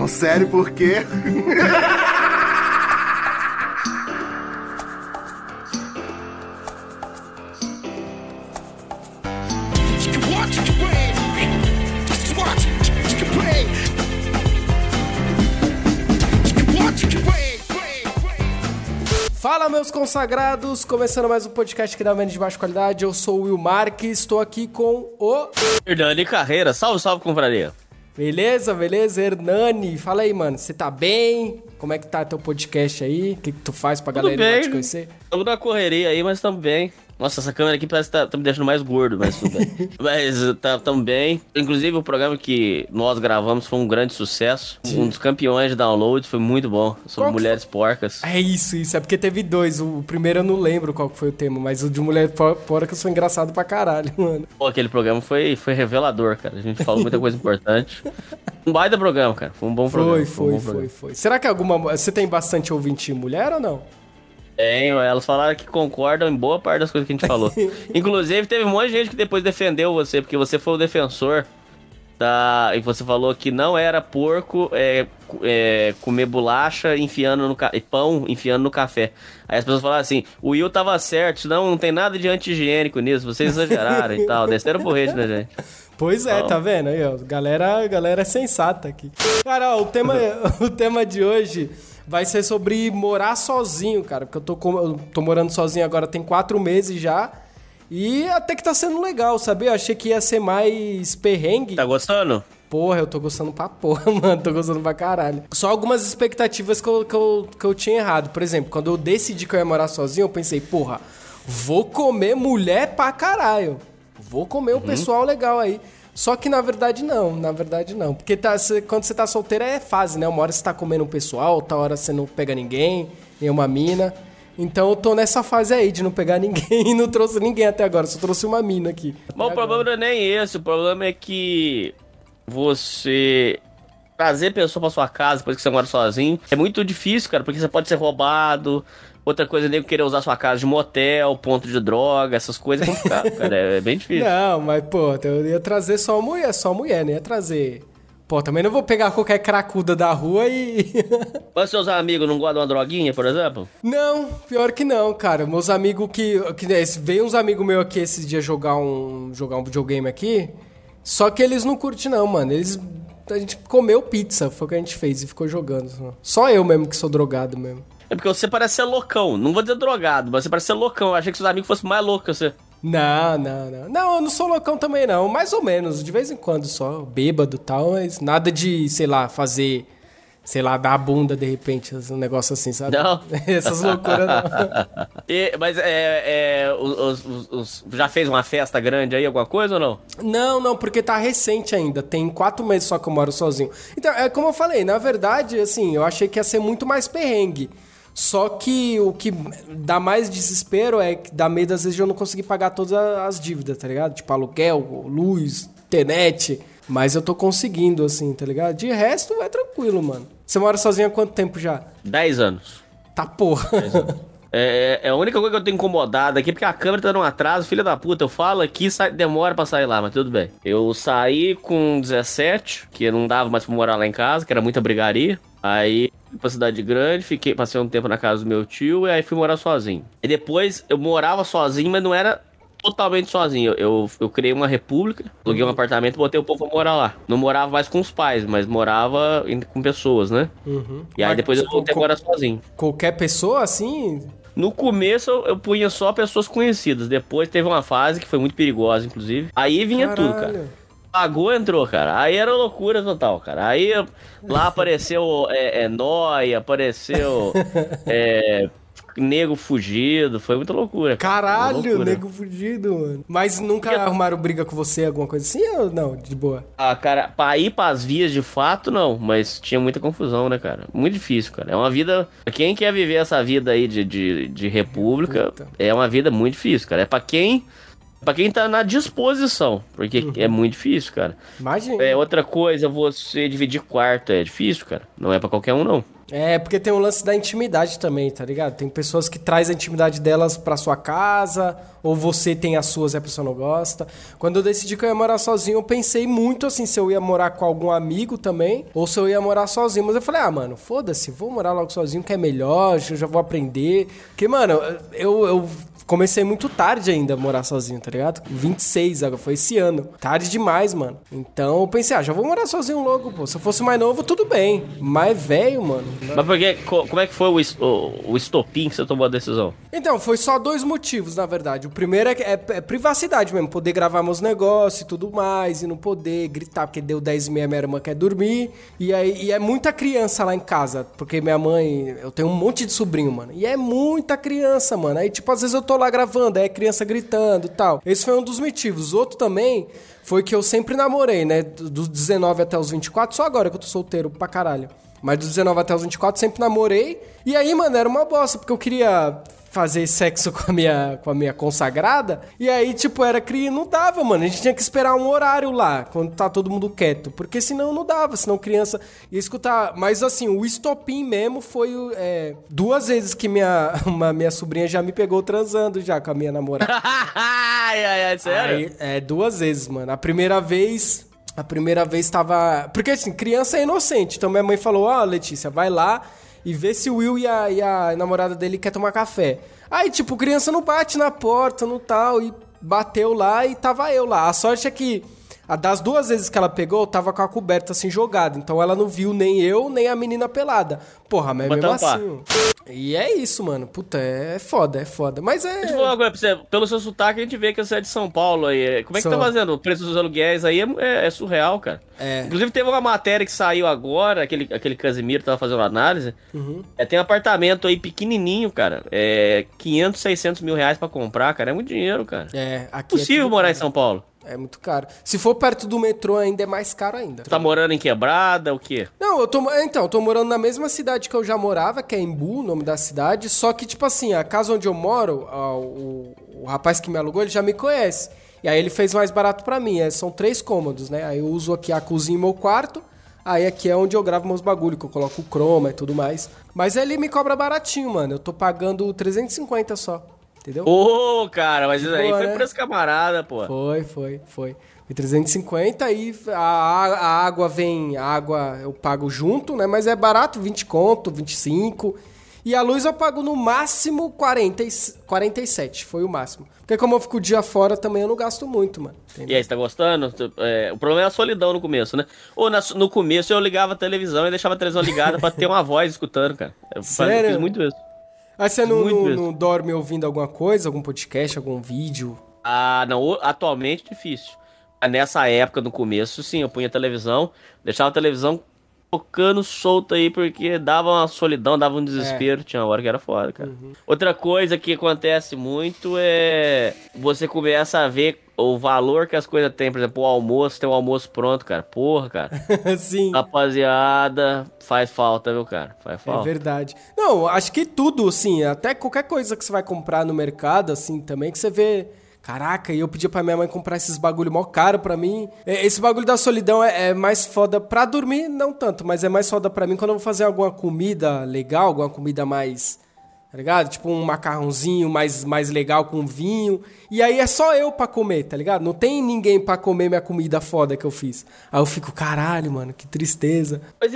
Não, sério, por quê? Fala, meus consagrados! Começando mais um podcast aqui da Vênia de Baixa Qualidade. Eu sou o Will Marques, estou aqui com o... Hernani Carreira. Salve, salve, confraria. Beleza, Hernani. Fala aí, mano, você tá bem? Como é que tá teu podcast aí? O que tu faz pra galera te conhecer? Estamos na correria aí, mas estamos bem. Nossa, essa câmera aqui parece que tá me deixando mais gordo, mas tudo bem. Mas tamo bem. Inclusive, o programa que nós gravamos foi um grande sucesso. Sim. Um dos campeões de download, foi muito bom. Sobre mulheres porcas. É isso. É porque teve dois. O primeiro eu não lembro qual foi o tema, mas o de mulher porcas foi engraçado pra caralho, mano. Pô, aquele programa foi revelador, cara. A gente falou muita coisa importante. Um baita programa, cara. Foi um bom programa. Foi. Será que você tem bastante ouvinte mulher ou não? Tenho, elas falaram que concordam em boa parte das coisas que a gente falou. Inclusive, teve um monte de gente que depois defendeu você, porque você foi o defensor e você falou que não era porco comer bolacha enfiando pão enfiando no café. Aí as pessoas falaram assim, o Will tava certo, não tem nada de anti-higiênico nisso, vocês exageraram e tal, desceram o porrete, né, gente? Pois é, tá vendo aí, ó, galera é sensata aqui. Cara, ó, o tema de hoje vai ser sobre morar sozinho, cara, porque eu tô morando sozinho agora tem 4 meses já, e até que tá sendo legal, sabe? Eu achei que ia ser mais perrengue. Tá gostando? Porra, eu tô gostando pra porra, mano, tô gostando pra caralho. Só algumas expectativas que eu tinha errado. Por exemplo, quando eu decidi que eu ia morar sozinho, eu pensei, porra, vou comer mulher pra caralho. Vou comer um pessoal legal aí. Só que na verdade não. Porque quando você tá solteiro é fase, né? Uma hora você tá comendo um pessoal, outra hora você não pega ninguém, nenhuma mina. Então eu tô nessa fase aí de não pegar ninguém e não trouxe ninguém até agora, só trouxe uma mina aqui. Mas o problema não é nem esse, o problema é que você trazer pessoa pra sua casa depois que você mora sozinho é muito difícil, cara, porque você pode ser roubado. Outra coisa, nego querer usar sua casa de motel, ponto de droga, essas coisas é complicado, cara. É bem difícil. Não, mas, pô, eu ia trazer só mulher, não ia trazer... Pô, também não vou pegar qualquer cracuda da rua e... Mas seus amigos não guardam uma droguinha, por exemplo? Não, pior que não, cara. Meus amigos veio uns amigos meus aqui esses dias jogar um videogame aqui, só que eles não curtem não, mano. A gente comeu pizza, foi o que a gente fez e ficou jogando. Só eu mesmo que sou drogado mesmo. É porque você parece ser loucão. Não vou dizer drogado, mas você parece ser loucão. Eu achei que seus amigos fossem mais loucos que você. Não. Não, eu não sou loucão também, não. Mais ou menos, de vez em quando só. Bêbado e tal, mas nada de, sei lá, fazer... Sei lá, dar a bunda de repente, um negócio assim, sabe? Não. Essas loucuras não. Mas já fez uma festa grande aí, alguma coisa ou não? Não, porque tá recente ainda. Tem 4 meses só que eu moro sozinho. Então, é como eu falei, na verdade, assim, eu achei que ia ser muito mais perrengue. Só que o que dá mais desespero é que dá medo, às vezes, de eu não conseguir pagar todas as dívidas, tá ligado? Tipo, aluguel, luz, internet. Mas eu tô conseguindo, assim, tá ligado? De resto, é tranquilo, mano. Você mora sozinho há quanto tempo já? 10 anos. Tá porra. 10 anos. É a única coisa que eu tô incomodado aqui, porque a câmera tá num atraso, filha da puta. Eu falo aqui, demora pra sair lá, mas tudo bem. Eu saí com 17, que não dava mais pra morar lá em casa, que era muita brigaria. Aí fui pra cidade grande, passei um tempo na casa do meu tio e aí fui morar sozinho. E depois eu morava sozinho, mas não era totalmente sozinho. Eu criei uma república, aluguei um apartamento e botei o povo pra morar lá. Não morava mais com os pais, mas morava com pessoas, né? E aí depois eu voltei a morar sozinho. Qualquer pessoa assim? No começo eu punha só pessoas conhecidas. Depois teve uma fase que foi muito perigosa, inclusive. Aí vinha tudo, cara. Pagou, entrou, cara. Aí era loucura total, cara. Aí lá apareceu nóia, apareceu nego fugido. Foi muita loucura. Caralho, nego fugido, mano. Mas nunca arrumaram briga com você, alguma coisa assim ou não? De boa? Ah, cara, pra ir pras vias de fato, não. Mas tinha muita confusão, né, cara? Muito difícil, cara. É uma vida... Quem quer viver essa vida aí de república, é uma vida muito difícil, cara. É pra quem tá na disposição, porque é muito difícil, cara. Imagina. Outra coisa, você dividir quarto é difícil, cara. Não é pra qualquer um, não. É, porque tem um lance da intimidade também, tá ligado? Tem pessoas que trazem a intimidade delas pra sua casa, ou você tem as suas e a pessoa não gosta. Quando eu decidi que eu ia morar sozinho, eu pensei muito assim, se eu ia morar com algum amigo também, ou se eu ia morar sozinho. Mas eu falei, mano, foda-se, vou morar logo sozinho, que é melhor, eu já vou aprender. Porque, mano, eu comecei muito tarde ainda a morar sozinho, tá ligado? 26, agora foi esse ano. Tarde demais, mano. Então eu pensei, já vou morar sozinho logo, pô. Se eu fosse mais novo, tudo bem. Mais velho, mano. Mas porque, como é que foi o estopim que você tomou a decisão? Então, foi só 2 motivos, na verdade. O primeiro é privacidade mesmo, poder gravar meus negócios e tudo mais, e não poder gritar, porque deu 10h30, minha irmã quer dormir. E é muita criança lá em casa, porque minha mãe, eu tenho um monte de sobrinho, mano. E é muita criança, mano. Aí, tipo, às vezes eu tô lá gravando, aí é criança gritando e tal. Esse foi um dos motivos. Outro também foi que eu sempre namorei, né? Dos 19 até os 24, só agora que eu tô solteiro pra caralho. Mas dos 19 até os 24 sempre namorei. E aí, mano, era uma bosta, porque eu queria fazer sexo com a minha consagrada. E aí, tipo, era criança, não dava, mano. A gente tinha que esperar um horário lá, quando tá todo mundo quieto. Porque senão não dava, senão criança ia escutar. Mas assim, o estopim mesmo foi 2 vezes que minha sobrinha já me pegou transando já com a minha namorada. Ai, sério? Aí, 2 vezes, mano. A primeira vez tava... Porque assim, criança é inocente. Então minha mãe falou, Letícia, vai lá e vê se o Will e a namorada dele quer tomar café. Aí, tipo, criança não bate na porta, no tal, e bateu lá e tava eu lá. A sorte é que das 2 vezes que ela pegou, eu tava com a coberta assim jogada. Então ela não viu nem eu, nem a menina pelada. Porra, mas mesmo assim... E é isso, mano. Puta, é foda. Mas é... Deixa eu falar uma coisa pra você. Pelo seu sotaque, a gente vê que você é de São Paulo aí. Como é que tá fazendo? O preço dos aluguéis aí é surreal, cara. Inclusive, teve uma matéria que saiu agora, aquele Casimiro tava fazendo análise. Uhum. Tem um apartamento aí pequenininho, cara. 500, 600 mil reais pra comprar, cara. É muito dinheiro, cara. Aqui Possível morar em São Paulo. É muito caro. Se for perto do metrô, ainda é mais caro ainda. Você tá morando em Quebrada, o quê? Não, eu tô morando na mesma cidade que eu já morava, que é Embu, o nome da cidade. Só que, tipo assim, a casa onde eu moro, o rapaz que me alugou, ele já me conhece. E aí ele fez mais barato pra mim. São 3 cômodos, né? Aí eu uso aqui a cozinha e meu quarto. Aí aqui é onde eu gravo meus bagulho, que eu coloco o chroma e tudo mais. Mas ele me cobra baratinho, mano. Eu tô pagando 350 só. Entendeu? Cara, mas isso aí foi preço camarada, pô. Foi. Foi 350 e a água eu pago junto, né? Mas é barato, 20 conto, 25. E a luz eu pago no máximo 47, foi o máximo. Porque como eu fico o dia fora também eu não gasto muito, mano. Entendeu? E aí, você tá gostando? O problema é a solidão no começo, né? Ou no começo eu ligava a televisão e deixava a televisão ligada pra ter uma voz escutando, cara. Sério? Eu fiz muito isso. Aí você não dorme ouvindo alguma coisa, algum podcast, algum vídeo? Não, atualmente difícil. Nessa época, no começo, sim, eu punha a televisão, deixava a televisão tocando solto aí, porque dava uma solidão, dava um desespero, tinha uma hora que era foda, cara. Uhum. Outra coisa que acontece muito é você começa a ver o valor que as coisas têm, por exemplo, o almoço, tem o almoço pronto, cara. Porra, cara. Sim. Rapaziada, faz falta, viu, cara? Faz falta. É verdade. Não, acho que tudo, assim, até qualquer coisa que você vai comprar no mercado, assim, também, que você vê... Caraca, e eu pedia pra minha mãe comprar esses bagulho mó caro pra mim. Esse bagulho da solidão é mais foda pra dormir, não tanto, mas é mais foda pra mim quando eu vou fazer alguma comida legal, alguma comida mais... Tá ligado? Tipo um macarrãozinho mais legal com vinho. E aí é só eu pra comer, tá ligado? Não tem ninguém pra comer minha comida foda que eu fiz. Aí eu fico, caralho, mano, que tristeza. Mas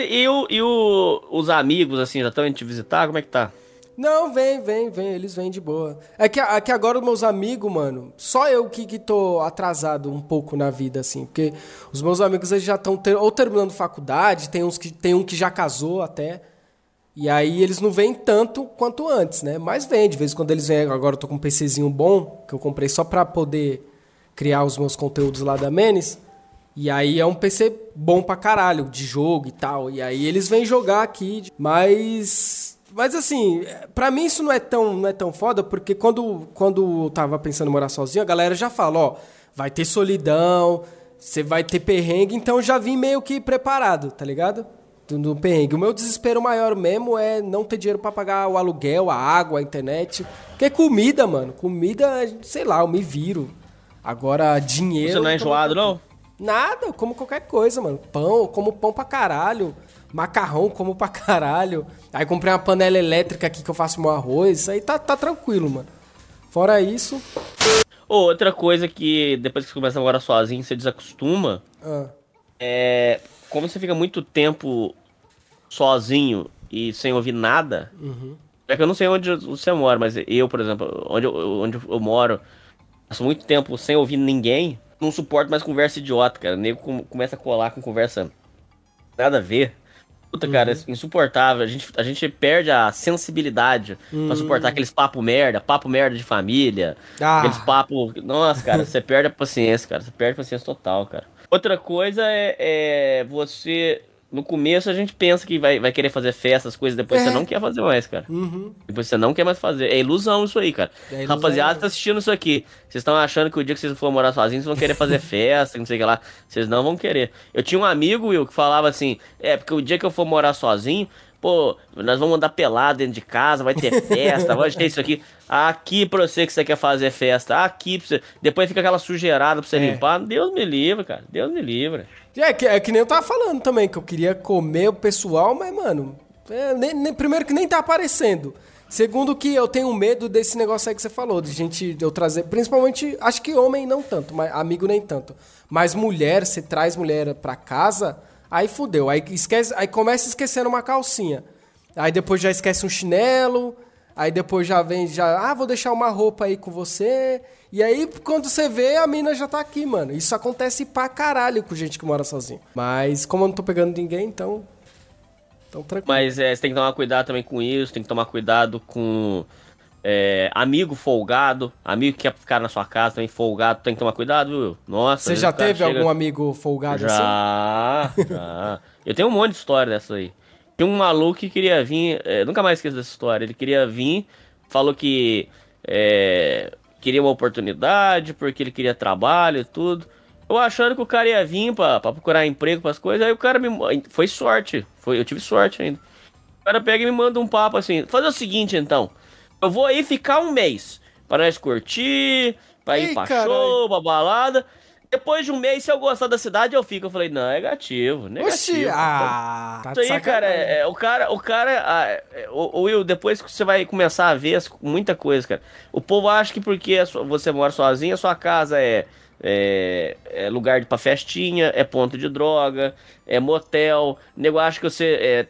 os amigos, assim, já estão indo te visitar? Como é que tá? Não, vem, eles vêm de boa. É que agora os meus amigos, mano, só eu que tô atrasado um pouco na vida, assim. Porque os meus amigos, eles já estão ou terminando faculdade, tem um que já casou até. E aí eles não vêm tanto quanto antes, né? Mas vem, de vez em quando eles vêm. Agora eu tô com um PCzinho bom, que eu comprei só pra poder criar os meus conteúdos lá da Menes. E aí é um PC bom pra caralho, de jogo e tal. E aí eles vêm jogar aqui, mas assim, pra mim isso não é tão foda, porque quando eu tava pensando em morar sozinho, a galera já fala, ó, vai ter solidão, você vai ter perrengue, então eu já vim meio que preparado, tá ligado? Do perrengue. O meu desespero maior mesmo é não ter dinheiro pra pagar o aluguel, a água, a internet. Porque comida, sei lá, eu me viro. Agora, dinheiro... Você não é enjoado, não? Nada, eu como qualquer coisa, mano. Pão, eu como pão pra caralho. Macarrão, como pra caralho. Aí comprei uma panela elétrica aqui que eu faço meu arroz. Isso aí tá tranquilo, mano. Fora isso... Outra coisa que depois que você começa a morar sozinho, você desacostuma. Como você fica muito tempo sozinho e sem ouvir nada. É que eu não sei onde você mora, mas eu, por exemplo, onde eu moro, passo muito tempo sem ouvir ninguém. Não suporto mais conversa idiota, cara. O nego começa a colar com conversa nada a ver. Puta, cara, é insuportável. A gente perde a sensibilidade pra suportar aqueles papo merda de família. Aqueles papo... Nossa, cara, você perde a paciência, cara. Você perde a paciência total, cara. Outra coisa é você... No começo a gente pensa que vai querer fazer festas, coisas, depois você não quer fazer mais, cara. Depois você não quer mais fazer. É ilusão isso aí, cara. Rapaziada, tá assistindo isso aqui. Vocês estão achando que o dia que vocês for morar sozinhos, vocês vão querer fazer festa, não sei o que lá. Vocês não vão querer. Eu tinha um amigo, Will, que falava assim, porque o dia que eu for morar sozinho, pô, nós vamos andar pelado dentro de casa, vai ter festa, vai ter isso aqui. Aqui pra você que você quer fazer festa, aqui pra você... Depois fica aquela sujeirada pra você limpar. Deus me livre, cara. Deus me livre. É que nem eu tava falando também, que eu queria comer o pessoal, mas, mano, primeiro que nem tá aparecendo. Segundo que eu tenho medo desse negócio aí que você falou, de eu trazer, principalmente, acho que homem não tanto, mas amigo nem tanto. Mas mulher, você traz mulher pra casa, aí fudeu, aí começa esquecendo uma calcinha. Aí depois já esquece um chinelo, aí depois já vem, vou deixar uma roupa aí com você... E aí, quando você vê, a mina já tá aqui, mano. Isso acontece pra caralho com gente que mora sozinho. Mas, como eu não tô pegando ninguém, então tranquilo. Mas você tem que tomar cuidado também com isso. Tem que tomar cuidado com amigo folgado. Amigo que quer ficar na sua casa também folgado. Tem que tomar cuidado, viu? Nossa. Você já teve algum amigo folgado assim? Já. Eu tenho um monte de história dessa aí. Tinha um maluco que queria vir... nunca mais esqueço dessa história. Ele queria vir, falou que... queria uma oportunidade, porque ele queria trabalho e tudo. Eu achando que o cara ia vir pra procurar emprego, pras coisas. Aí o cara foi sorte. Eu tive sorte ainda. O cara pega e me manda um papo assim. Fazer o seguinte, então. Eu vou aí ficar um mês. Pra nós curtir, pra ir pra show, pra balada. Depois de um mês, se eu gostar da cidade, eu fico. Eu falei, não, negativo. Oxi, tá isso aí, cara, o cara, Will, depois que você vai começar a ver muita coisa, cara. O povo acha que porque você mora sozinho, a sua casa é lugar pra festinha, é ponto de droga, é motel. O nego acha que você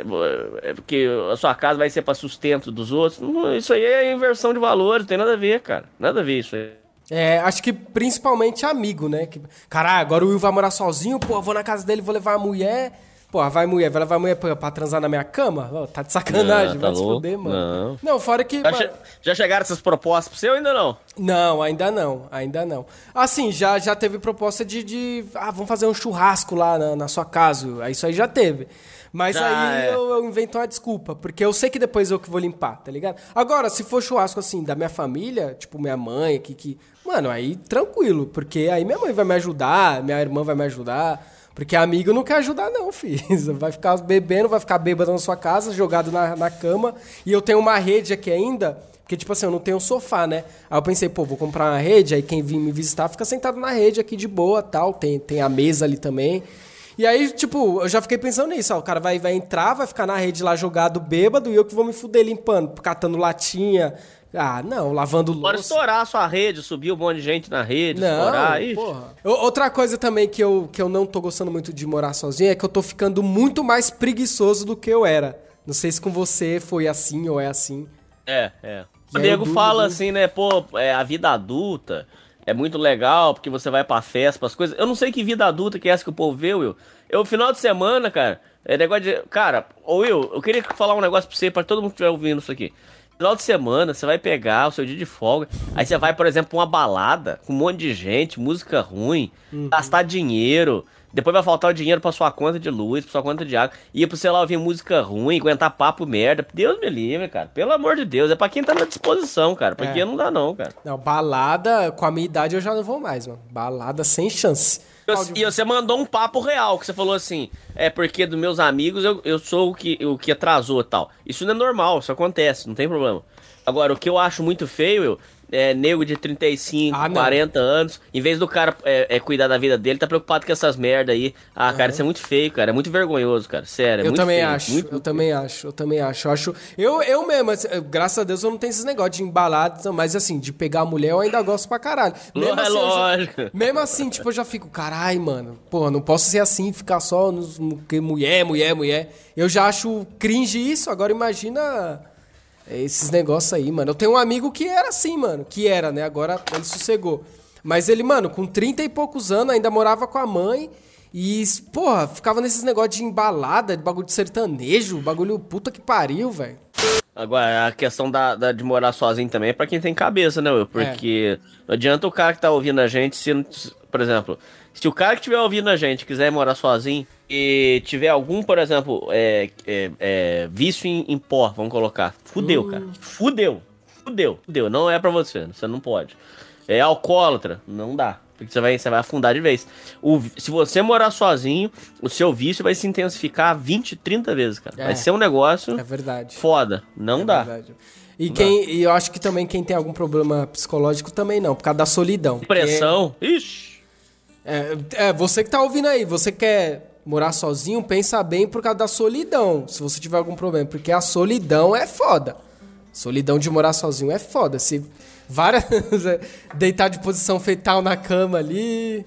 que a sua casa vai ser pra sustento dos outros. Isso aí é inversão de valores, não tem nada a ver, cara. Nada a ver isso aí. Acho que principalmente amigo, né? Caralho, agora o Will vai morar sozinho, pô, eu vou na casa dele, vou levar a mulher. Pô, vai levar a mulher pra transar na minha cama? Oh, tá de sacanagem, não, vai tá se louco? foder, mano. Não, fora que... Já chegaram essas propostas pro seu ou ainda não? Não, ainda não. Assim, já teve proposta vamos fazer um churrasco lá na sua casa, isso aí já teve. Mas aí eu invento uma desculpa, porque eu sei que depois eu que vou limpar, tá ligado? Agora, se for churrasco, assim, da minha família, tipo minha mãe aqui, mano, aí tranquilo, porque aí minha mãe vai me ajudar, minha irmã vai me ajudar, porque amigo não quer ajudar não, filho. Vai ficar bebendo, vai ficar bêbado na sua casa, jogado na cama, e eu tenho uma rede aqui ainda... Porque, tipo assim, eu não tenho um sofá, né? Aí eu pensei, pô, vou comprar uma rede, aí quem vir me visitar fica sentado na rede aqui de boa, tal, tem a mesa ali também. E aí, tipo, eu já fiquei pensando nisso, ó, o cara vai entrar, vai ficar na rede lá jogado bêbado e eu que vou me fuder limpando, catando latinha. Ah, não, lavando louça. Pode estourar a sua rede, subir um monte de gente na rede, não, estourar. Porra. Outra coisa também que eu não tô gostando muito de morar sozinho é que eu tô ficando muito mais preguiçoso do que eu era. Não sei se com você foi assim ou é assim. O Diego fala assim, né, pô, a vida adulta é muito legal, porque você vai pra festa, pras coisas. Eu não sei que vida adulta que é essa que o povo vê, Will. Final de semana, cara, negócio de... Cara, Will, eu queria falar um negócio pra você, pra todo mundo que estiver ouvindo isso aqui. Final de semana, você vai pegar o seu dia de folga, aí você vai, por exemplo, pra uma balada, com um monte de gente, música ruim, gastar dinheiro... Depois vai faltar o dinheiro pra sua conta de luz, pra sua conta de água. Ir pro celular ouvir música ruim, aguentar papo merda. Deus me livre, cara. Pelo amor de Deus. É pra quem tá na disposição, cara. Porque não dá não, cara. Não, balada, com a minha idade eu já não vou mais, mano. Balada sem chance. E você mandou um papo real, que você falou assim, porque dos meus amigos eu sou o que atrasou e tal. Isso não é normal, isso acontece, não tem problema. Agora, o que eu acho muito feio, nego de 35, Ah, não. 40 anos. Em vez do cara cuidar da vida dele, tá preocupado com essas merda aí. Ah, cara, isso é muito feio, cara. É muito vergonhoso, cara. Sério, é Eu muito também feio. acho, Muito, eu também acho, eu também acho. Eu mesmo, assim, graças a Deus eu não tenho esses negócios de embalado, mas assim, de pegar a mulher eu ainda gosto pra caralho. Mesmo assim, lógico. mesmo assim, tipo, eu já fico, carai, mano, porra, não posso ser assim, ficar só no que mulher. Eu já acho cringe isso, agora imagina esses negócios aí, mano. Eu tenho um amigo que era assim, mano, que era, né, agora ele sossegou. Mas ele, mano, com 30 e poucos anos, ainda morava com a mãe. E, porra, ficava nesses negócios de embalada, de bagulho de sertanejo, bagulho puta que pariu, velho. Agora, a questão de morar sozinho também é pra quem tem cabeça, né, Will? Porque não adianta o cara que tá ouvindo a gente, por exemplo, se o cara que estiver ouvindo a gente quiser morar sozinho e tiver algum, por exemplo, vício em pó, vamos colocar, fudeu, cara. Fudeu. Não é pra você não pode. É alcoólatra, não dá. Porque você vai afundar de vez. Se você morar sozinho, o seu vício vai se intensificar 20, 30 vezes, cara. Vai ser um negócio foda. Não dá. Verdade. E eu acho que também quem tem algum problema psicológico também não, por causa da solidão. Depressão. Ixi. Você que tá ouvindo aí, você quer morar sozinho, pensa bem por causa da solidão, se você tiver algum problema. Porque a solidão é foda. Solidão de morar sozinho é foda. Se deitar de posição fetal na cama ali.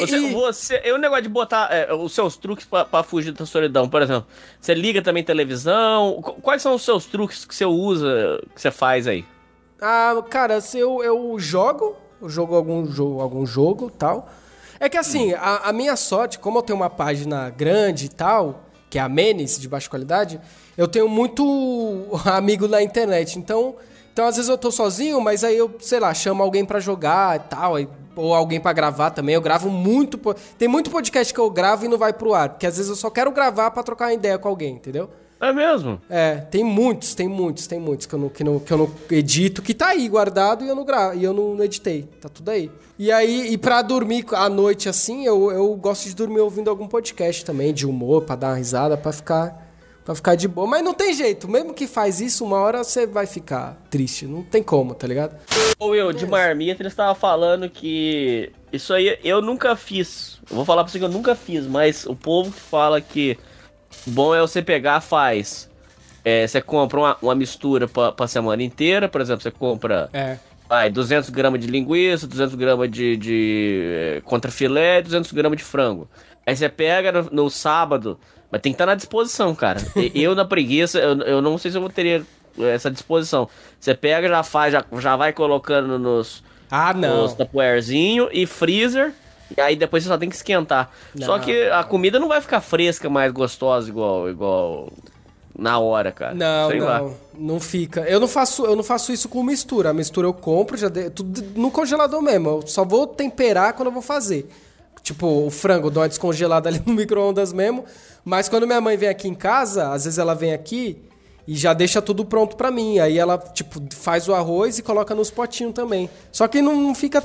O negócio de botar os seus truques pra fugir da solidão, por exemplo, você liga também televisão. Quais são os seus truques que você usa, que você faz aí? Ah, cara, se eu jogo algum jogo e tal. É que assim, a minha sorte, como eu tenho uma página grande e tal, que é a Menes, de baixa qualidade, eu tenho muito amigo na internet, então às vezes eu tô sozinho, mas aí eu, sei lá, chamo alguém pra jogar e tal, ou alguém pra gravar também. Eu gravo muito. Tem muito podcast que eu gravo e não vai pro ar, porque às vezes eu só quero gravar pra trocar uma ideia com alguém, entendeu? É mesmo? Tem muitos que eu não edito, que tá aí guardado e eu não gravo, e eu não editei. Tá tudo aí. E aí, e pra dormir à noite assim, eu gosto de dormir ouvindo algum podcast também, de humor, pra dar uma risada, pra ficar de boa. Mas não tem jeito. Mesmo que faz isso, uma hora você vai ficar triste. Não tem como, tá ligado? De marmita, ele estava falando que... Isso aí eu nunca fiz. Eu vou falar pra você que eu nunca fiz, mas o povo que fala que bom é você pegar, faz. Você compra uma mistura pra semana inteira. Por exemplo, você compra... 200 gramas de linguiça, 200 gramas de contrafilé, 200 gramas de frango. Aí você pega no sábado... Mas tem que estar na disposição, cara. Eu, na preguiça, eu não sei se eu vou ter essa disposição. Você pega, já faz, já vai colocando nos tapuerzinho e freezer. E aí depois você só tem que esquentar. Só que a comida não vai ficar fresca, mais gostosa, igual na hora, cara. Não fica. Eu não faço isso com mistura. A mistura eu compro, tudo no congelador mesmo. Eu só vou temperar quando eu vou fazer. Tipo, o frango, eu dou uma descongelada ali no micro-ondas mesmo. Mas quando minha mãe vem aqui em casa, às vezes ela vem aqui e já deixa tudo pronto pra mim. Aí ela, tipo, faz o arroz e coloca nos potinhos também. Só que não fica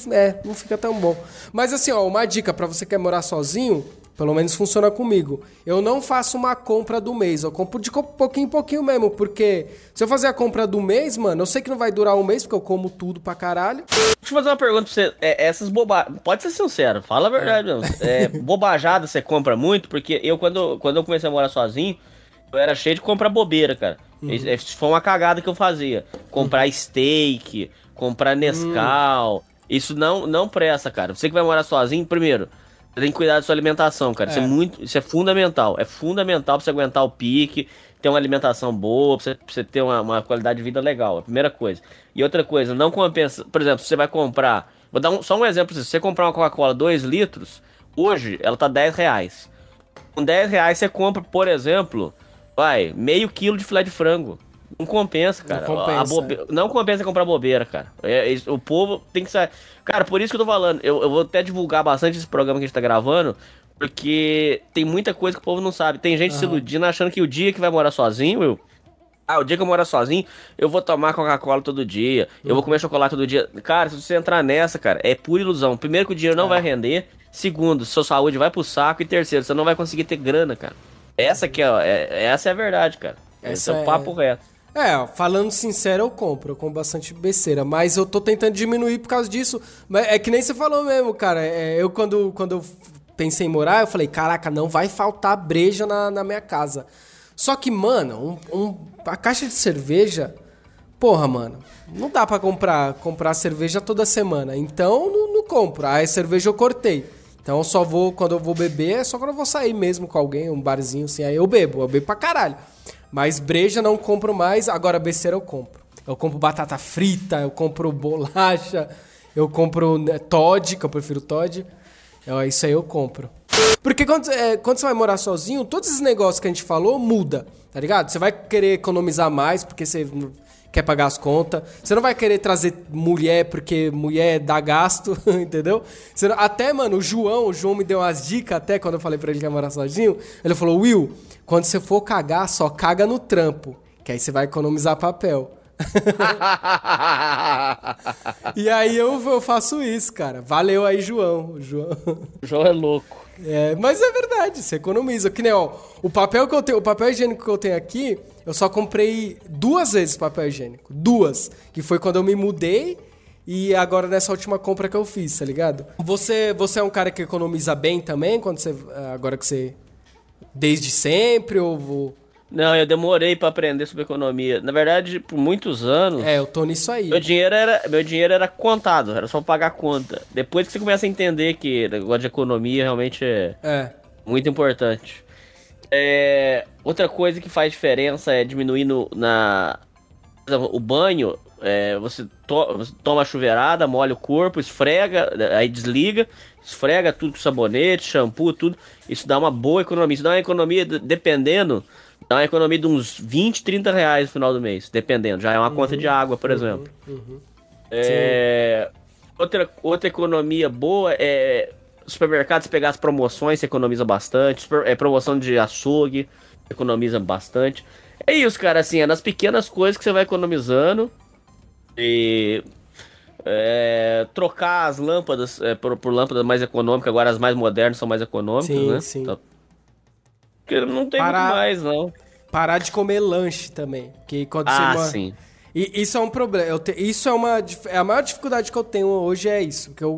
tão bom. Mas assim, ó, uma dica pra você que quer morar sozinho, pelo menos funciona comigo. Eu não faço uma compra do mês, eu compro de pouquinho em pouquinho mesmo. Porque se eu fazer a compra do mês, mano, eu sei que não vai durar um mês, porque eu como tudo pra caralho. Deixa eu fazer uma pergunta pra você. Essas bobagens... Pode ser sincero, fala a verdade mesmo. Bobajada você compra muito, porque quando eu comecei a morar sozinho, eu era cheio de comprar bobeira, cara. Isso foi uma cagada que eu fazia. Comprar steak, comprar Nescau. Isso não presta, cara. Você que vai morar sozinho, primeiro... Você tem que cuidar da sua alimentação, cara. Isso é fundamental. É fundamental pra você aguentar o pique, ter uma alimentação boa, pra você ter uma qualidade de vida legal. A primeira coisa. E outra coisa, não compensa. Por exemplo, se você vai comprar... Vou dar só um exemplo pra você. Se você comprar uma Coca-Cola 2 litros, hoje ela tá R$10. Com R$10 você compra, por exemplo, meio quilo de filé de frango. Não compensa, cara. Não compensa comprar bobeira, cara. O povo tem que sair. Cara, por isso que eu tô falando. Eu vou até divulgar bastante esse programa que a gente tá gravando, porque tem muita coisa que o povo não sabe. Tem gente se iludindo achando que o dia que vai morar sozinho, o dia que eu morar sozinho, eu vou tomar Coca-Cola todo dia, eu vou comer chocolate todo dia. Cara, se você entrar nessa, cara, é pura ilusão. Primeiro, que o dinheiro não vai render. Segundo, sua saúde vai pro saco. E terceiro, você não vai conseguir ter grana, cara. Essa é a verdade, cara. Esse é o papo reto. Falando sincero, eu compro bastante besteira, mas eu tô tentando diminuir por causa disso. Mas é que nem você falou mesmo, cara. Eu, quando eu pensei em morar, eu falei, caraca, não vai faltar breja na minha casa. Só que, mano, a caixa de cerveja, porra, mano, não dá pra comprar cerveja toda semana. Então, não compro. Aí a cerveja eu cortei. Então, eu só vou, quando eu vou beber, é só quando eu vou sair mesmo com alguém, um barzinho assim, aí eu bebo pra caralho. Mas breja não compro mais, agora besteira eu compro. Eu compro batata frita, eu compro bolacha, eu compro Toddy, que eu prefiro Toddy. Isso aí eu compro. Porque quando você vai morar sozinho, todos esses negócios que a gente falou muda, tá ligado? Você vai querer economizar mais porque você quer pagar as contas. Você não vai querer trazer mulher porque mulher dá gasto, entendeu? Até, mano, o João me deu umas dicas até quando eu falei pra ele que ia morar sozinho. Ele falou, Will, quando você for cagar, só caga no trampo, que aí você vai economizar papel. E aí eu faço isso, cara. Valeu aí, João. O João é louco. Mas é verdade, você economiza. Que nem, o papel higiênico que eu tenho aqui, eu só comprei 2 vezes papel higiênico. 2. Que foi quando eu me mudei e agora nessa última compra que eu fiz, tá ligado? Você é um cara que economiza bem também, agora que você... Desde sempre ou... Não, eu demorei pra aprender sobre economia. Na verdade, por muitos anos... eu tô nisso aí. Meu dinheiro era contado, era só pagar a conta. Depois que você começa a entender que o negócio de economia realmente é muito importante. Outra coisa que faz diferença é diminuir o banho. Você toma a chuveirada, molha o corpo, esfrega, aí desliga, esfrega tudo com sabonete, shampoo, tudo. Isso dá uma boa economia. Isso dá uma economia, dependendo... Dá uma economia de uns 20, 30 reais no final do mês, dependendo. Já é uma conta de água, por exemplo. Outra economia boa é... Supermercado, se pegar as promoções, você economiza bastante. Promoção de açougue, economiza bastante. É isso, cara, assim, é nas pequenas coisas que você vai economizando. E... trocar as lâmpadas por lâmpadas mais econômicas. Agora as mais modernas são mais econômicas, né? Sim. Então, porque não tem muito mais, não. Parar de comer lanche também. Que quando sim. E isso é um problema. Isso é a maior dificuldade que eu tenho hoje, é isso. Que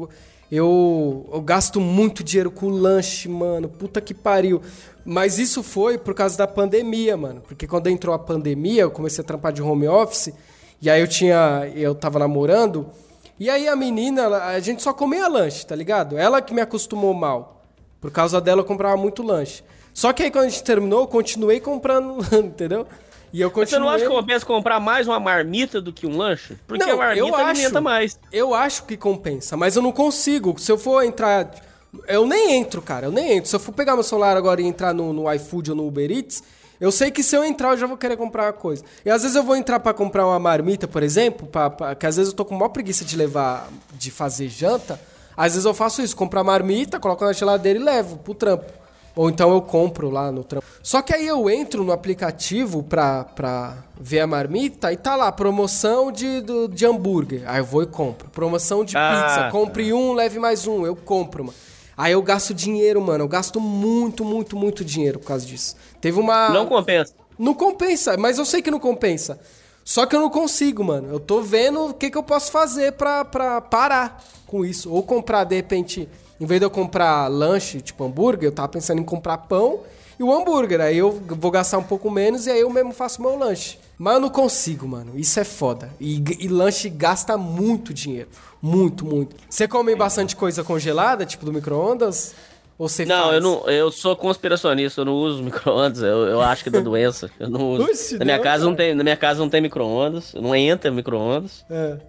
eu gasto muito dinheiro com lanche, mano. Puta que pariu. Mas isso foi por causa da pandemia, mano. Porque quando entrou a pandemia, eu comecei a trampar de home office. E aí eu tava namorando. E aí a menina, a gente só comia lanche, tá ligado? Ela que me acostumou mal. Por causa dela eu comprava muito lanche. Só que aí quando a gente terminou, eu continuei comprando, entendeu? E eu continuei... Mas você não acha que compensa comprar mais uma marmita do que um lanche? Porque a marmita alimenta mais. Eu acho que compensa, mas eu não consigo. Se eu for entrar... Eu nem entro, cara, eu nem entro. Se eu for pegar meu celular agora e entrar no iFood ou no Uber Eats, eu sei que se eu entrar eu já vou querer comprar uma coisa. E às vezes eu vou entrar pra comprar uma marmita, por exemplo, que às vezes eu tô com maior preguiça de fazer janta. Às vezes eu faço isso, compro a marmita, coloco na geladeira e levo pro trampo. Ou então eu compro lá no trampo. Só que aí eu entro no aplicativo pra ver a marmita e tá lá, promoção de hambúrguer. Aí eu vou e compro. Promoção de pizza. Compre um, leve mais um. Eu compro, mano. Aí eu gasto dinheiro, mano. Eu gasto muito, muito, muito dinheiro por causa disso. Não compensa. Não compensa, mas eu sei que não compensa. Só que eu não consigo, mano. Eu tô vendo o que eu posso fazer pra parar com isso. Ou comprar, de repente... Em vez de eu comprar lanche, tipo hambúrguer, eu tava pensando em comprar pão e o hambúrguer. Aí eu vou gastar um pouco menos e aí eu mesmo faço meu lanche. Mas eu não consigo, mano. Isso é foda. E lanche gasta muito dinheiro. Muito, muito. Você come bastante coisa congelada, tipo do micro-ondas? Ou você faz? Eu sou conspiracionista, eu não uso micro-ondas. Eu acho que dá doença. Eu não uso. Oxe, na minha casa não tem micro-ondas. Não entra micro-ondas.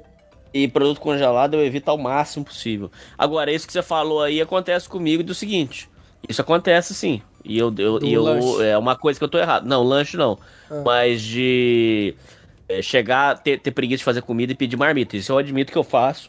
E produto congelado eu evito ao máximo possível. Agora, isso que você falou aí acontece comigo do seguinte. Isso acontece sim. E é uma coisa que eu tô errado. Não, lanche não. Mas de chegar, ter preguiça de fazer comida e pedir marmita. Isso eu admito que eu faço.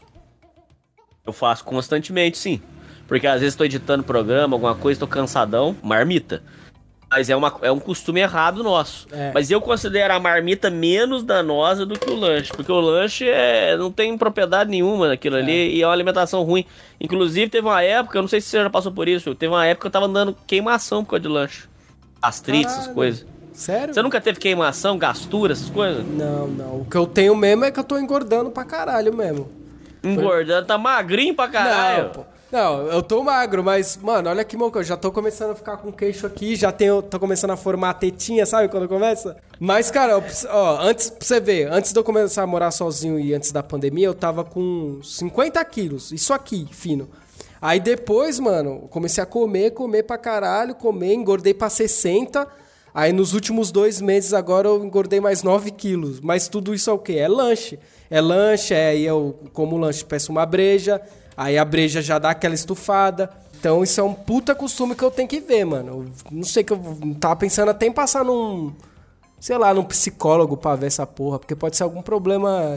Eu faço constantemente, sim. Porque às vezes tô editando programa, alguma coisa, tô cansadão, marmita. Mas é um costume errado nosso. Mas eu considero a marmita menos danosa do que o lanche. Porque o lanche não tem propriedade nenhuma naquilo ali e é uma alimentação ruim. Inclusive, teve uma época, eu não sei se você já passou por isso, teve uma época que eu tava dando queimação por causa de lanche. Gastrite, essas coisas. Sério? Você nunca teve queimação, gastura, essas coisas? Não. O que eu tenho mesmo é que eu tô engordando pra caralho mesmo. Engordando, tá magrinho pra caralho. Não, pô. Não, eu tô magro, mas, mano, olha que moco, eu já tô começando a ficar com queixo aqui, tô começando a formar a tetinha, sabe, quando começa? Mas, cara, antes, pra você ver, antes de eu começar a morar sozinho e antes da pandemia, eu tava com 50 quilos, isso aqui, fino. Aí depois, mano, comecei a comer pra caralho, engordei pra 60. Aí nos últimos 2 meses agora eu engordei mais 9 quilos. Mas tudo isso é o quê? É lanche. Aí eu como lanche, peço uma breja. Aí a breja já dá aquela estufada. Então isso é um puta costume que eu tenho que ver, mano. Eu não sei, que eu tava pensando até em passar num psicólogo pra ver essa porra. Porque pode ser algum problema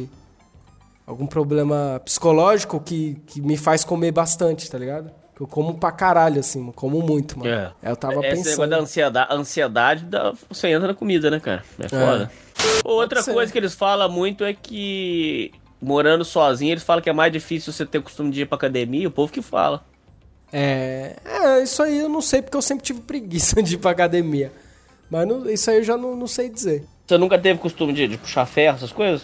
psicológico que me faz comer bastante, tá ligado? Eu como pra caralho, assim, mano. Como muito, mano. Eu tava pensando... Esse negócio da ansiedade, você entra na comida, né, cara? É foda. Outra coisa que eles falam muito é que, morando sozinho, eles falam que é mais difícil você ter o costume de ir pra academia, o povo que fala. Isso aí eu não sei, porque eu sempre tive preguiça de ir pra academia. Mas isso aí eu já não sei dizer. Você nunca teve costume de puxar ferro, essas coisas?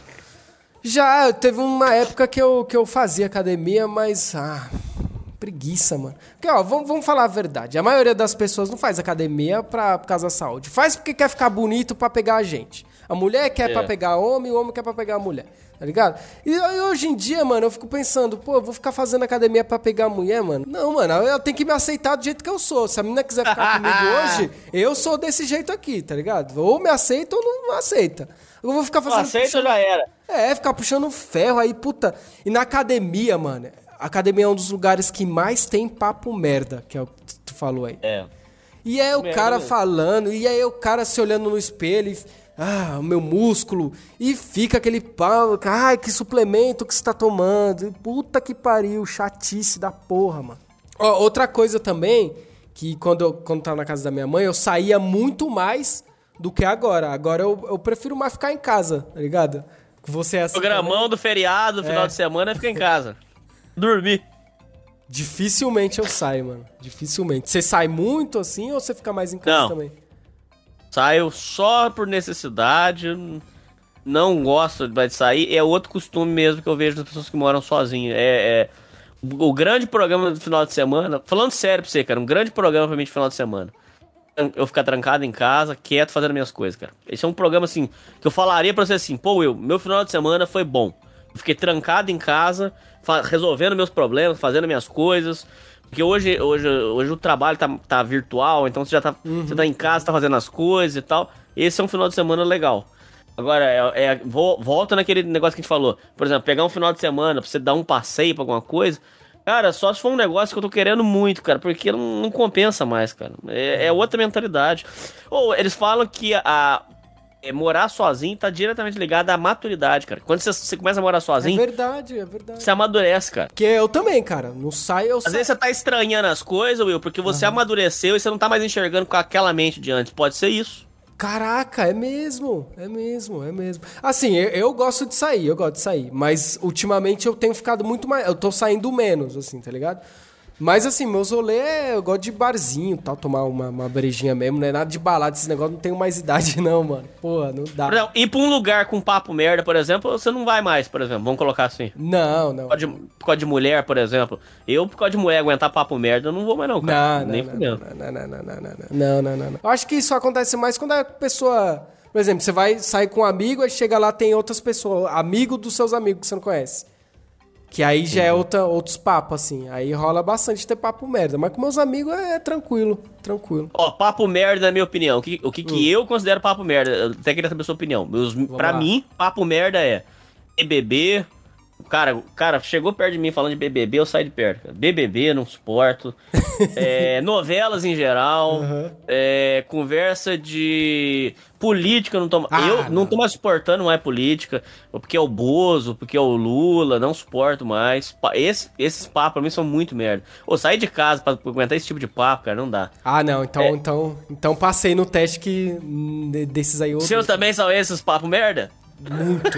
Já, teve uma época que eu fazia academia, mas... preguiça, mano. Porque, vamos falar a verdade. A maioria das pessoas não faz academia por causa da saúde. Faz porque quer ficar bonito pra pegar a gente. A mulher quer pra pegar homem, o homem quer pra pegar a mulher. Tá ligado? E hoje em dia, mano, eu fico pensando, eu vou ficar fazendo academia pra pegar a mulher, mano? Não, mano, eu tenho que me aceitar do jeito que eu sou. Se a menina quiser ficar comigo hoje, eu sou desse jeito aqui, tá ligado? Ou me aceita ou não aceita. Eu vou ficar fazendo... Aceita ou já era? Ficar puxando ferro aí, puta. E na academia, mano... A academia é um dos lugares que mais tem papo merda, que é o que tu falou aí. E aí o cara falando, e aí o cara se olhando no espelho, o meu músculo, e fica aquele pau, que suplemento que você tá tomando, puta que pariu, chatice da porra, mano. Outra coisa também, que quando tava na casa da minha mãe, eu saía muito mais do que agora. Agora eu prefiro mais ficar em casa, tá ligado? Você é assim programão também? Do feriado, final de semana, é ficar em casa. Dormir. Dificilmente eu saio, mano. Dificilmente. Você sai muito assim ou você fica mais em casa também? Saio só por necessidade. Não gosto de sair. É outro costume mesmo que eu vejo das pessoas que moram sozinhas. O grande programa do final de semana. Falando sério pra você, cara. Um grande programa pra mim de final de semana. Eu ficar trancado em casa, quieto, fazendo minhas coisas, cara. Esse é um programa assim que eu falaria pra você assim: meu final de semana foi bom. Eu fiquei trancado em casa, resolvendo meus problemas, fazendo minhas coisas. Porque hoje o trabalho tá virtual, então você já tá, você tá em casa, tá fazendo as coisas e tal. Esse é um final de semana legal. Agora, volta naquele negócio que a gente falou. Por exemplo, pegar um final de semana pra você dar um passeio pra alguma coisa. Cara, só se for um negócio que eu tô querendo muito, cara. Porque não compensa mais, cara. É outra mentalidade. Eles falam que morar sozinho tá diretamente ligado à maturidade, cara. Quando você começa a morar sozinho... É verdade. Você amadurece, cara. Porque eu também, cara. Não sai, eu Às vezes você tá estranhando as coisas, Will, porque você amadureceu e você não tá mais enxergando com aquela mente de antes. Pode ser isso. Caraca, é mesmo. Assim, eu gosto de sair, mas ultimamente eu tenho ficado muito mais... Eu tô saindo menos, assim, tá ligado? Mas assim, meus rolês, eu gosto de barzinho, tal, tomar uma brejinha mesmo, não é nada de balada, esse negócio, não tenho mais idade não, mano. Porra, não dá. Por exemplo, ir pra um lugar com papo merda, por exemplo, você não vai mais, por exemplo, vamos colocar assim. Não. Por causa de mulher, por exemplo. Eu, por causa de mulher, aguentar papo merda, eu não vou mais não, cara. Nem fudendo. Não. Eu acho que isso acontece mais quando a pessoa... Por exemplo, você vai sair com um amigo, aí chega lá, tem outras pessoas, amigo dos seus amigos que você não conhece. Que aí já é outros papos, assim. Aí rola bastante ter papo merda. Mas com meus amigos é tranquilo. Papo merda, na minha opinião. O que eu considero papo merda? Eu até queria saber a sua opinião. Pra mim, papo merda é BBB. Cara, chegou perto de mim falando de BBB, eu saio de perto. Cara. BBB, não suporto. Novelas em geral. Conversa de política, não tô... não tô mais suportando mais política. Porque é o Bozo, porque é o Lula, não suporto mais. Esses papos pra mim são muito merda. Sair de casa pra aguentar esse tipo de papo, cara, não dá. Não, então passei no teste que desses aí... Seus também são esses papos merda? Muito.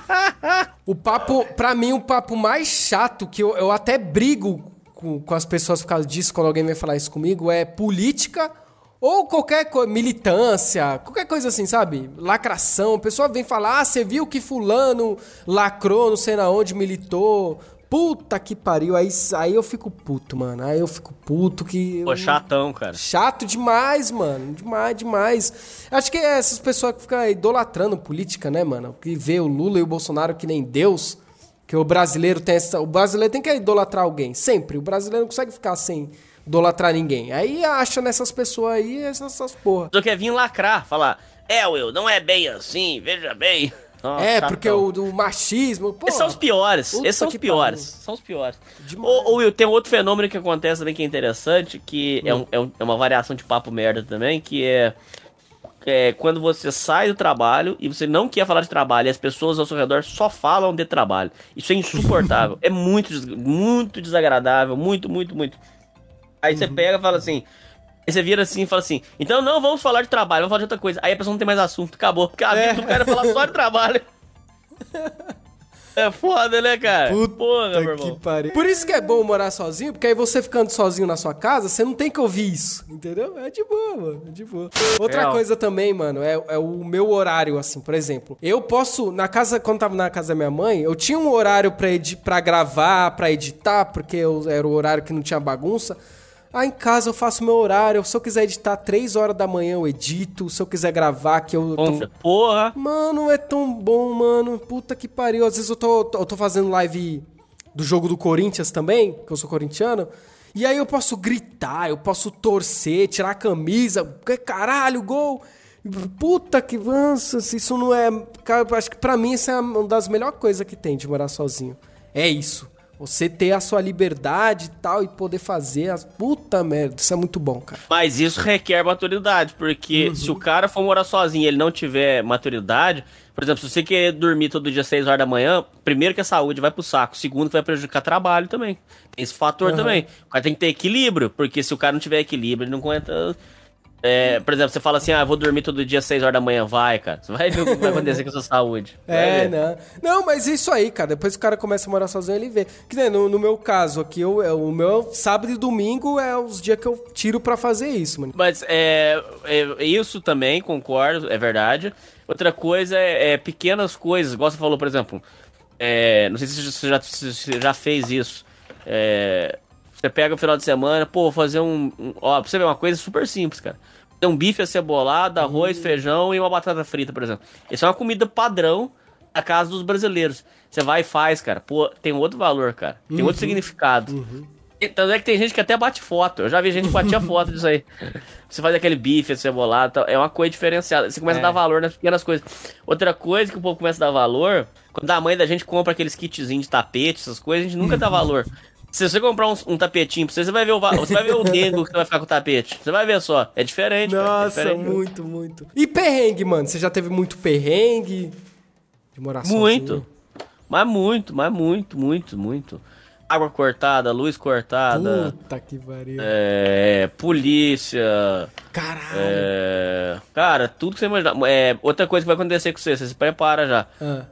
Pra mim, o papo mais chato, que eu até brigo com as pessoas por causa disso, quando alguém vem falar isso comigo, é política Ou qualquer militância, qualquer coisa assim, sabe? Lacração. A pessoa vem falar, você viu que fulano lacrou, não sei na onde, militou. Puta que pariu. Aí eu fico puto, mano. Aí eu fico puto que... Pô, chatão, cara. Chato demais, mano. Demais. Acho que é essas pessoas que ficam idolatrando política, né, mano? Que vê o Lula e o Bolsonaro que nem Deus. Que o brasileiro tem essa... O brasileiro tem que idolatrar alguém. Sempre. O brasileiro não consegue ficar sem... idolatrar ninguém. Aí acha nessas pessoas aí essas porra. Só quer vir lacrar, falar, Will, não é bem assim, veja bem. Nossa, porque o machismo... Porra, esses são os piores, são os piores. Will, tem outro fenômeno que acontece também que é interessante, que é uma variação de papo merda também, que é quando você sai do trabalho e você não quer falar de trabalho e as pessoas ao seu redor só falam de trabalho. Isso é insuportável. É muito desagradável, muito. Aí você pega e fala assim... Aí você vira assim e fala assim... Então não vamos falar de trabalho, vamos falar de outra coisa. Aí a pessoa não tem mais assunto, acabou. Porque a vida do cara é falar só de trabalho. É foda, né, cara? Porra, meu irmão. Por isso que é bom morar sozinho, porque aí você ficando sozinho na sua casa, você não tem que ouvir isso, entendeu? É de boa, mano, é de boa. Outra coisa também, mano, é o meu horário, assim, por exemplo. Eu posso, quando tava na casa da minha mãe, eu tinha um horário pra gravar, pra editar, porque era o horário que não tinha bagunça. Aí em casa eu faço meu horário. Se eu quiser editar 3 horas da manhã, eu edito. Se eu quiser gravar, que eu... Porra! Mano, é tão bom, mano. Puta que pariu. Às vezes eu tô fazendo live do jogo do Corinthians também, que eu sou corintiano. E aí eu posso gritar, eu posso torcer, tirar a camisa. Caralho, gol! Puta que... Nossa, isso não é... Cara, acho que pra mim isso é uma das melhores coisas que tem de morar sozinho. É isso. Você ter a sua liberdade e tal, e poder fazer as... Puta merda, isso é muito bom, cara. Mas isso requer maturidade, porque se o cara for morar sozinho e ele não tiver maturidade... Por exemplo, se você quer dormir todo dia 6 horas da manhã, primeiro que a saúde vai pro saco, segundo que vai prejudicar trabalho também. Tem esse fator também. O cara tem que ter equilíbrio, porque se o cara não tiver equilíbrio, ele não aguenta... por exemplo, você fala assim, eu vou dormir todo dia 6 horas da manhã, vai, cara. Você vai ver o que vai acontecer com a sua saúde. Não, mas isso aí, cara, depois que o cara começa a morar sozinho, ele vê. Que nem no meu caso aqui, o meu sábado e domingo é os dias que eu tiro pra fazer isso, mano. Mas isso também, concordo, é verdade. Outra coisa é pequenas coisas, igual você falou, por exemplo, não sei se você já fez isso. Você pega o final de semana, fazer pra você ver uma coisa super simples, cara. Tem um bife acebolado, arroz, feijão e uma batata frita, por exemplo. Isso é uma comida padrão da casa dos brasileiros. Você vai e faz, cara. Tem outro valor, cara. Tem outro significado. Tanto é que tem gente que até bate foto. Eu já vi gente que batia foto disso aí. Você faz aquele bife acebolado, é uma coisa diferenciada. Você começa a dar valor nas pequenas coisas. Outra coisa que o povo começa a dar valor, quando a mãe da gente compra aqueles kitzinhos de tapete, essas coisas, a gente nunca dá valor. Se você comprar um tapetinho pra você vai ver o dengo que vai ficar com o tapete. Você vai ver só. É diferente. Nossa, cara. É diferente. muito. E perrengue, mano? Você já teve muito perrengue de morar sozinho? Muito. Mas muito. Água cortada, luz cortada. Puta que pariu. Polícia. Caralho. Cara, tudo que você imaginar. Outra coisa que vai acontecer com você se prepara já.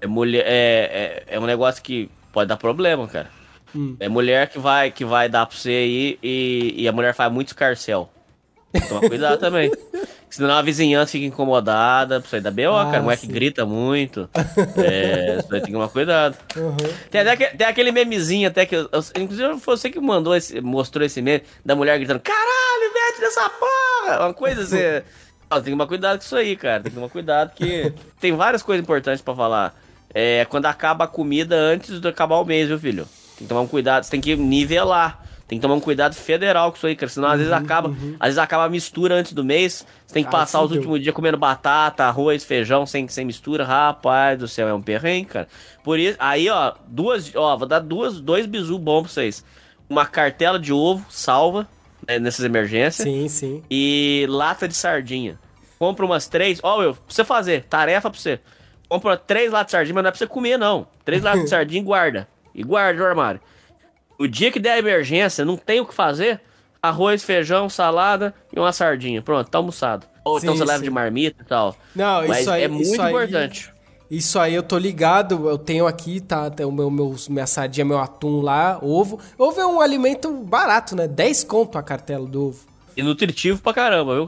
É um negócio que pode dar problema, cara. É mulher que vai dar pra você aí e a mulher faz muito escarcel. Toma cuidado também. Senão a vizinhança fica incomodada. Pra você dar B.O., cara. Mulher que grita muito. Você vai ter que tomar cuidado. Tem aquele memezinho até que... Inclusive foi você que mostrou esse meme da mulher gritando: caralho, mete nessa porra! Uma coisa assim... Tem que tomar cuidado com isso aí, cara. Tem que tomar cuidado que... Tem várias coisas importantes pra falar. Quando acaba a comida antes de acabar o mês, viu, filho? Tem que tomar um cuidado, você tem que nivelar. Tem que tomar um cuidado federal com isso aí, cara. Senão às vezes acaba a mistura antes do mês. Você tem que passar os últimos dias comendo batata, arroz, feijão, sem mistura. Rapaz do céu, é um perrengue, cara. Por isso, aí, vou dar dois bizu bons pra vocês. Uma cartela de ovo, salva, né, nessas emergências. Sim. E lata de sardinha. Compra umas 3, pra você fazer, tarefa pra você. Compra 3 latas de sardinha, mas não é pra você comer, não. 3 latas de sardinha e guarda. E guarda no armário. O dia que der a emergência, não tem o que fazer, arroz, feijão, salada e uma sardinha. Pronto, tá almoçado. Ou então você leva de marmita e tal. Não, mas isso aí, é muito importante. Isso aí eu tô ligado, eu tenho aqui, tá? Tem minha sardinha, meu atum lá, ovo. Ovo é um alimento barato, né? 10 conto a cartela do ovo. E nutritivo pra caramba, viu, cara?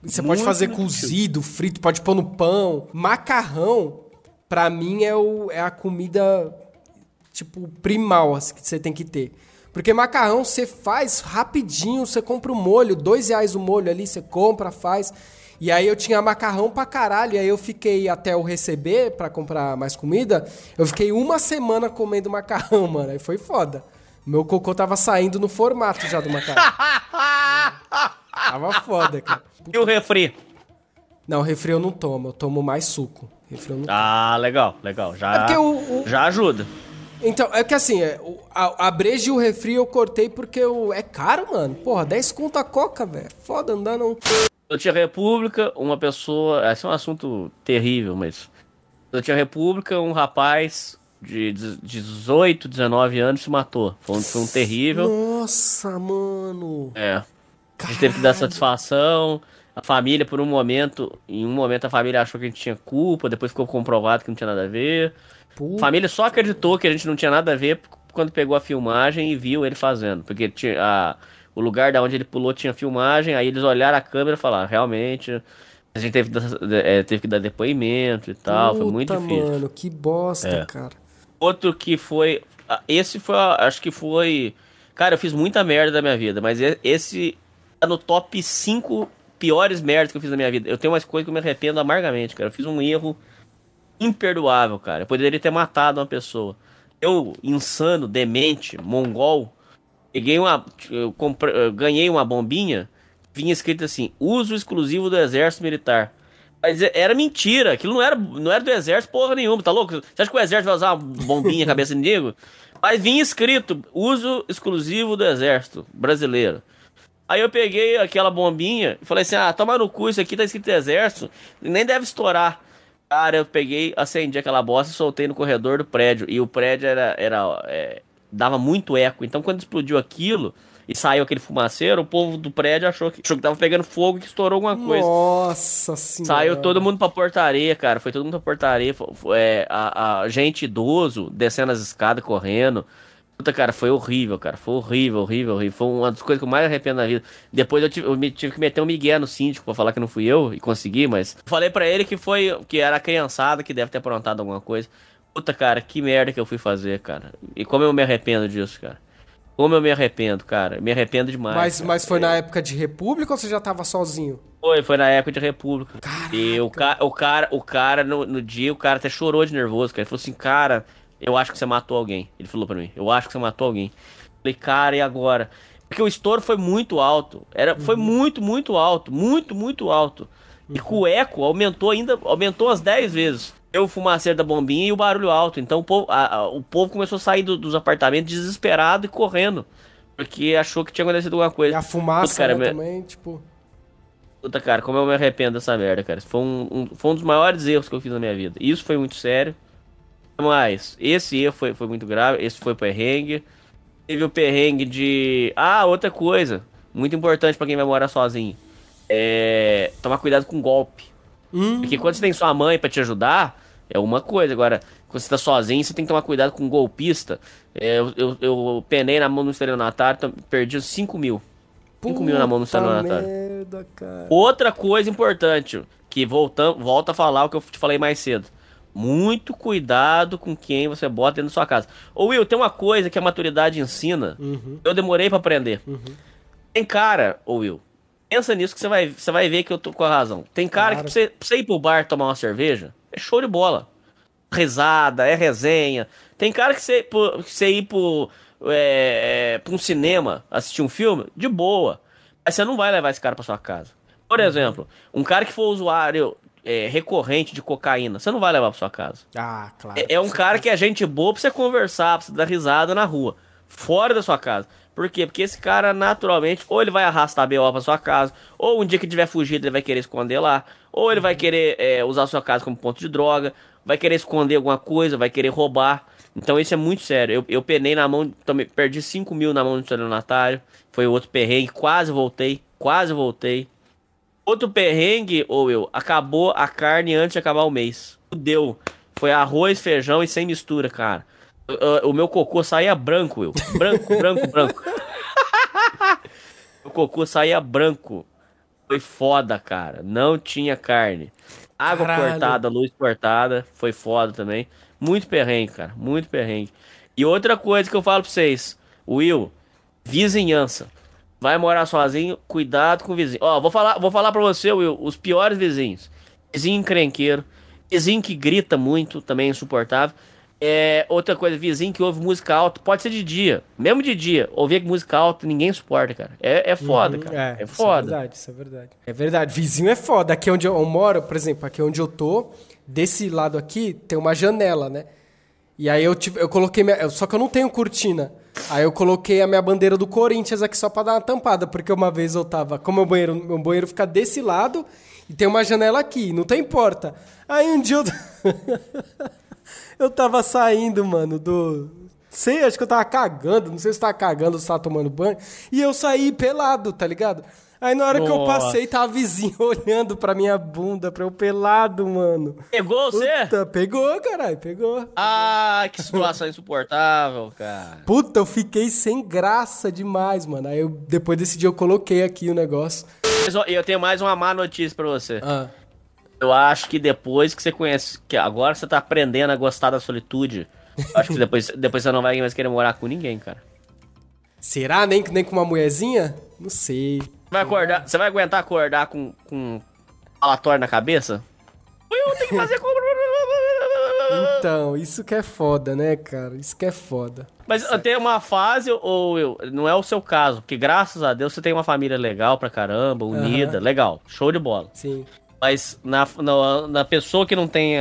Você Muito, pode fazer muito cozido, frito, pode pôr no pão. Macarrão, pra mim, é a comida, tipo, primal assim, que você tem que ter. Porque macarrão você faz rapidinho, você compra o molho, R$ 2 o molho ali, você compra, faz. E aí eu tinha macarrão pra caralho, e aí eu fiquei até eu receber pra comprar mais comida, eu fiquei uma semana comendo macarrão, mano, aí foi foda. Meu cocô tava saindo no formato já do macarrão. Tava foda, cara. E o refri? Não, refri eu não tomo, eu tomo mais suco. Refri eu não tomo. Ah, legal. Já, É porque já ajuda. Então, é que assim, a breja e o refri eu cortei porque é caro, mano. Porra, 10 conto a coca, velho. Foda andar não. Eu tinha República, uma pessoa... Esse é um assunto terrível, mas... Eu tinha República, um rapaz de 18, 19 anos se matou. Foi um terrível. Nossa, mano. É. A gente teve que dar satisfação. A família, por um momento... Em um momento a família achou que a gente tinha culpa. Depois ficou comprovado que não tinha nada a ver. Puta. A família só acreditou que a gente não tinha nada a ver quando pegou a filmagem e viu ele fazendo. Porque o lugar da onde ele pulou tinha filmagem, aí eles olharam a câmera e falaram, realmente, a gente teve que dar depoimento e tal, foi muito difícil. Mano, que bosta, cara. Outro que foi... Esse foi, acho que foi... Cara, eu fiz muita merda da minha vida, mas esse tá no top 5 piores merdas que eu fiz na minha vida. Eu tenho umas coisas que eu me arrependo amargamente, cara. Eu fiz um erro imperdoável, cara. Eu poderia ter matado uma pessoa. Eu, insano, demente, mongol, eu ganhei uma bombinha, vinha escrito assim, uso exclusivo do exército militar. Mas era mentira, aquilo não era do exército porra nenhuma, tá louco? Você acha que o exército vai usar uma bombinha na cabeça de nego? Mas vinha escrito, uso exclusivo do exército brasileiro. Aí eu peguei aquela bombinha e falei assim, toma no cu, isso aqui tá escrito exército, nem deve estourar. Cara, eu peguei, acendi aquela bosta e soltei no corredor do prédio. E o prédio dava muito eco. Então quando explodiu aquilo e saiu aquele fumaceiro, o povo do prédio achou que tava pegando fogo e que estourou alguma coisa. Nossa senhora. Saiu todo mundo pra portaria, cara. Foi todo mundo pra portaria. A gente idoso descendo as escadas, correndo. Puta, cara, foi horrível, cara. Foi horrível. Foi uma das coisas que eu mais arrependo na vida. Depois eu tive que meter um migué no síndico pra falar que não fui eu e consegui, mas... Falei pra ele que era a criançada que deve ter aprontado alguma coisa. Puta, cara, que merda que eu fui fazer, cara. E como eu me arrependo disso, cara. Como eu me arrependo, cara. Me arrependo demais. Mas foi na época de República ou você já tava sozinho? Foi na época de República. Caraca. E o cara no dia, o cara até chorou de nervoso, cara. Ele falou assim, cara... Eu acho que você matou alguém. Ele falou pra mim. Eu acho que você matou alguém. Falei, cara, e agora? Porque o estouro foi muito alto. Foi muito, muito alto. Muito, muito alto. E com o eco aumentou as 10 vezes. Eu, o fumaceiro da bombinha e o barulho alto. Então o povo começou a sair dos apartamentos desesperado e correndo. Porque achou que tinha acontecido alguma coisa. E a fumaça, Puta, cara, também, tipo... Puta, cara, como eu me arrependo dessa merda, cara. Foi um dos maiores erros que eu fiz na minha vida. Isso foi muito sério. Mas esse erro foi muito grave. Esse foi o perrengue. Teve o perrengue de... outra coisa. Muito importante pra quem vai morar sozinho. Tomar cuidado com golpe. Porque quando você tem sua mãe pra te ajudar, é uma coisa. Agora, quando você tá sozinho, você tem que tomar cuidado com golpista. Eu penei na mão no estelionatário, perdi 5 mil. 5 mil na mão no estelionatário. Merda, cara. Outra coisa importante, que volta a falar o que eu te falei mais cedo. Muito cuidado com quem você bota dentro da sua casa. Ô Will, tem uma coisa que a maturidade ensina. Eu demorei pra aprender. Tem cara, ô Will, pensa nisso que você vai ver que eu tô com a razão. Tem cara que pra você ir pro bar tomar uma cerveja, é show de bola. Risada, é resenha. Tem cara que você ir pra um cinema, assistir um filme, de boa. Mas você não vai levar esse cara pra sua casa. Por exemplo, um cara que for usuário... recorrente de cocaína, você não vai levar pra sua casa. Claro. É um cara que é gente boa pra você conversar, pra você dar risada na rua, fora da sua casa. Por quê? Porque esse cara, naturalmente, ou ele vai arrastar BO pra sua casa, ou um dia que tiver fugido, ele vai querer esconder lá, ou ele vai querer usar a sua casa como ponto de droga, vai querer esconder alguma coisa, vai querer roubar. Então isso é muito sério. Eu penei na mão, perdi 5 mil na mão do estelionatário, foi outro perrengue, quase voltei. Outro perrengue, acabou a carne antes de acabar o mês. Fudeu. Foi arroz, feijão e sem mistura, cara. O meu cocô saía branco, Will. Branco. O cocô saía branco. Foi foda, cara. Não tinha carne. Água Caralho. cortada, luz cortada. Foi foda também. Muito perrengue, cara. Muito perrengue. E outra coisa que eu falo pra vocês. Will, vizinhança. Vai morar sozinho, cuidado com o vizinho. Ó, vou falar pra você, Will, os piores vizinhos. Vizinho encrenqueiro. Vizinho que grita muito, também é insuportável. Outra coisa, vizinho que ouve música alta, pode ser de dia. Mesmo de dia, ouvir música alta, ninguém suporta, cara. É foda, cara. É foda. Isso é verdade. É verdade. Vizinho é foda. Aqui onde eu moro, por exemplo, aqui onde eu tô, desse lado aqui, tem uma janela, né? E aí eu coloquei só que eu não tenho cortina. Aí eu coloquei a minha bandeira do Corinthians aqui só pra dar uma tampada, porque uma vez eu tava... Como meu banheiro fica desse lado e tem uma janela aqui, não tem porta. Aí um dia eu tava saindo, mano, acho que eu tava cagando, não sei se tava cagando ou se tava tomando banho. E eu saí pelado, tá ligado? Aí na hora que eu passei, tava a vizinha olhando pra minha bunda, pra eu pelado, mano. Pegou você? Puta, pegou, caralho, pegou. Ah, que situação insuportável, cara. Puta, eu fiquei sem graça demais, mano. Aí depois desse dia eu coloquei aqui o negócio. Mas, ó, eu tenho mais uma má notícia pra você. Ah. Eu acho que depois que você conhece, que agora você tá aprendendo a gostar da solitude, acho que depois você não vai mais querer morar com ninguém, cara. Será? Nem com uma mulherzinha? Não sei. Você vai aguentar acordar com falatório na cabeça? Eu tenho que fazer compra. Então, isso que é foda, né, cara? Isso que é foda. Mas tem uma fase, não é o seu caso, porque graças a Deus você tem uma família legal pra caramba, unida, legal, show de bola. Sim. Mas na pessoa que não teve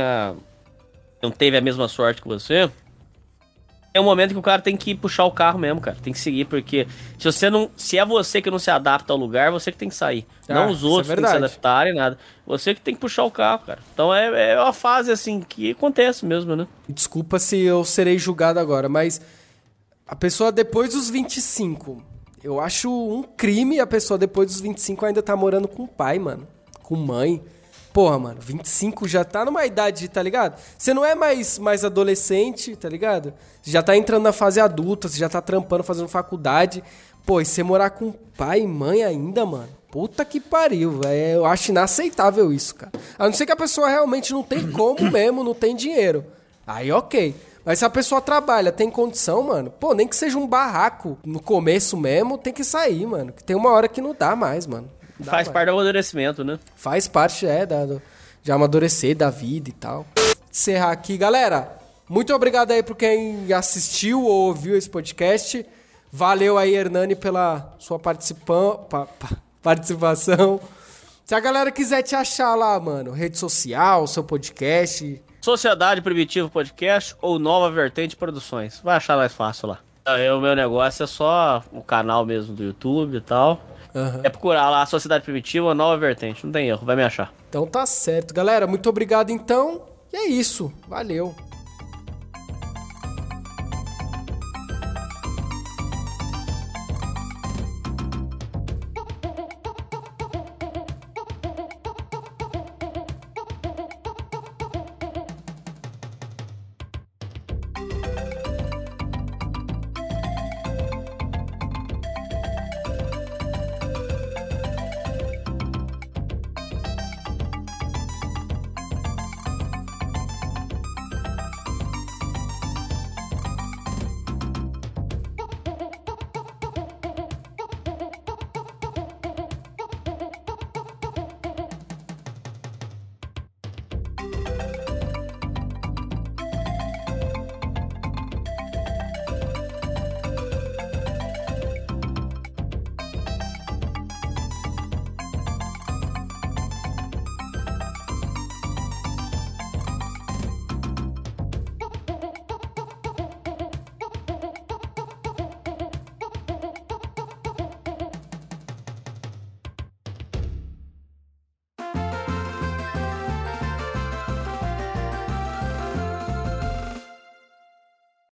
a mesma sorte que você, é um momento que o cara tem que puxar o carro mesmo, cara. Tem que seguir, porque se é você que não se adapta ao lugar, você que tem que sair. Não os outros que tem que se adaptarem, nada. Você que tem que puxar o carro, cara. Então é uma fase, assim, que acontece mesmo, né? Desculpa se eu serei julgado agora, mas a pessoa depois dos 25, eu acho um crime a pessoa depois dos 25 ainda tá morando com o pai, mano. Com mãe. Porra, mano, 25 já tá numa idade, tá ligado? Você não é mais adolescente, tá ligado? Você já tá entrando na fase adulta, você já tá trampando, fazendo faculdade. Pô, e você morar com pai e mãe ainda, mano? Puta que pariu, velho. Eu acho inaceitável isso, cara. A não ser que a pessoa realmente não tem como mesmo, não tem dinheiro. Aí, ok. Mas se a pessoa trabalha, tem condição, mano, pô, nem que seja um barraco no começo mesmo, tem que sair, mano. Que tem uma hora que não dá mais, mano. Faz parte do amadurecimento, né? Faz parte, de amadurecer da vida e tal. Encerrar aqui, galera. Muito obrigado aí por quem assistiu ou ouviu esse podcast. Valeu aí, Hernani, pela sua participação. Se a galera quiser te achar lá, mano, rede social, seu podcast... Sociedade Primitivo Podcast ou Nova Vertente Produções. Vai achar mais fácil lá. O meu negócio é só o canal mesmo do YouTube e tal. É procurar lá Sociedade Primitiva ou Nova Vertente. Não tem erro, vai me achar. Então tá certo. Galera, muito obrigado então. E é isso. Valeu.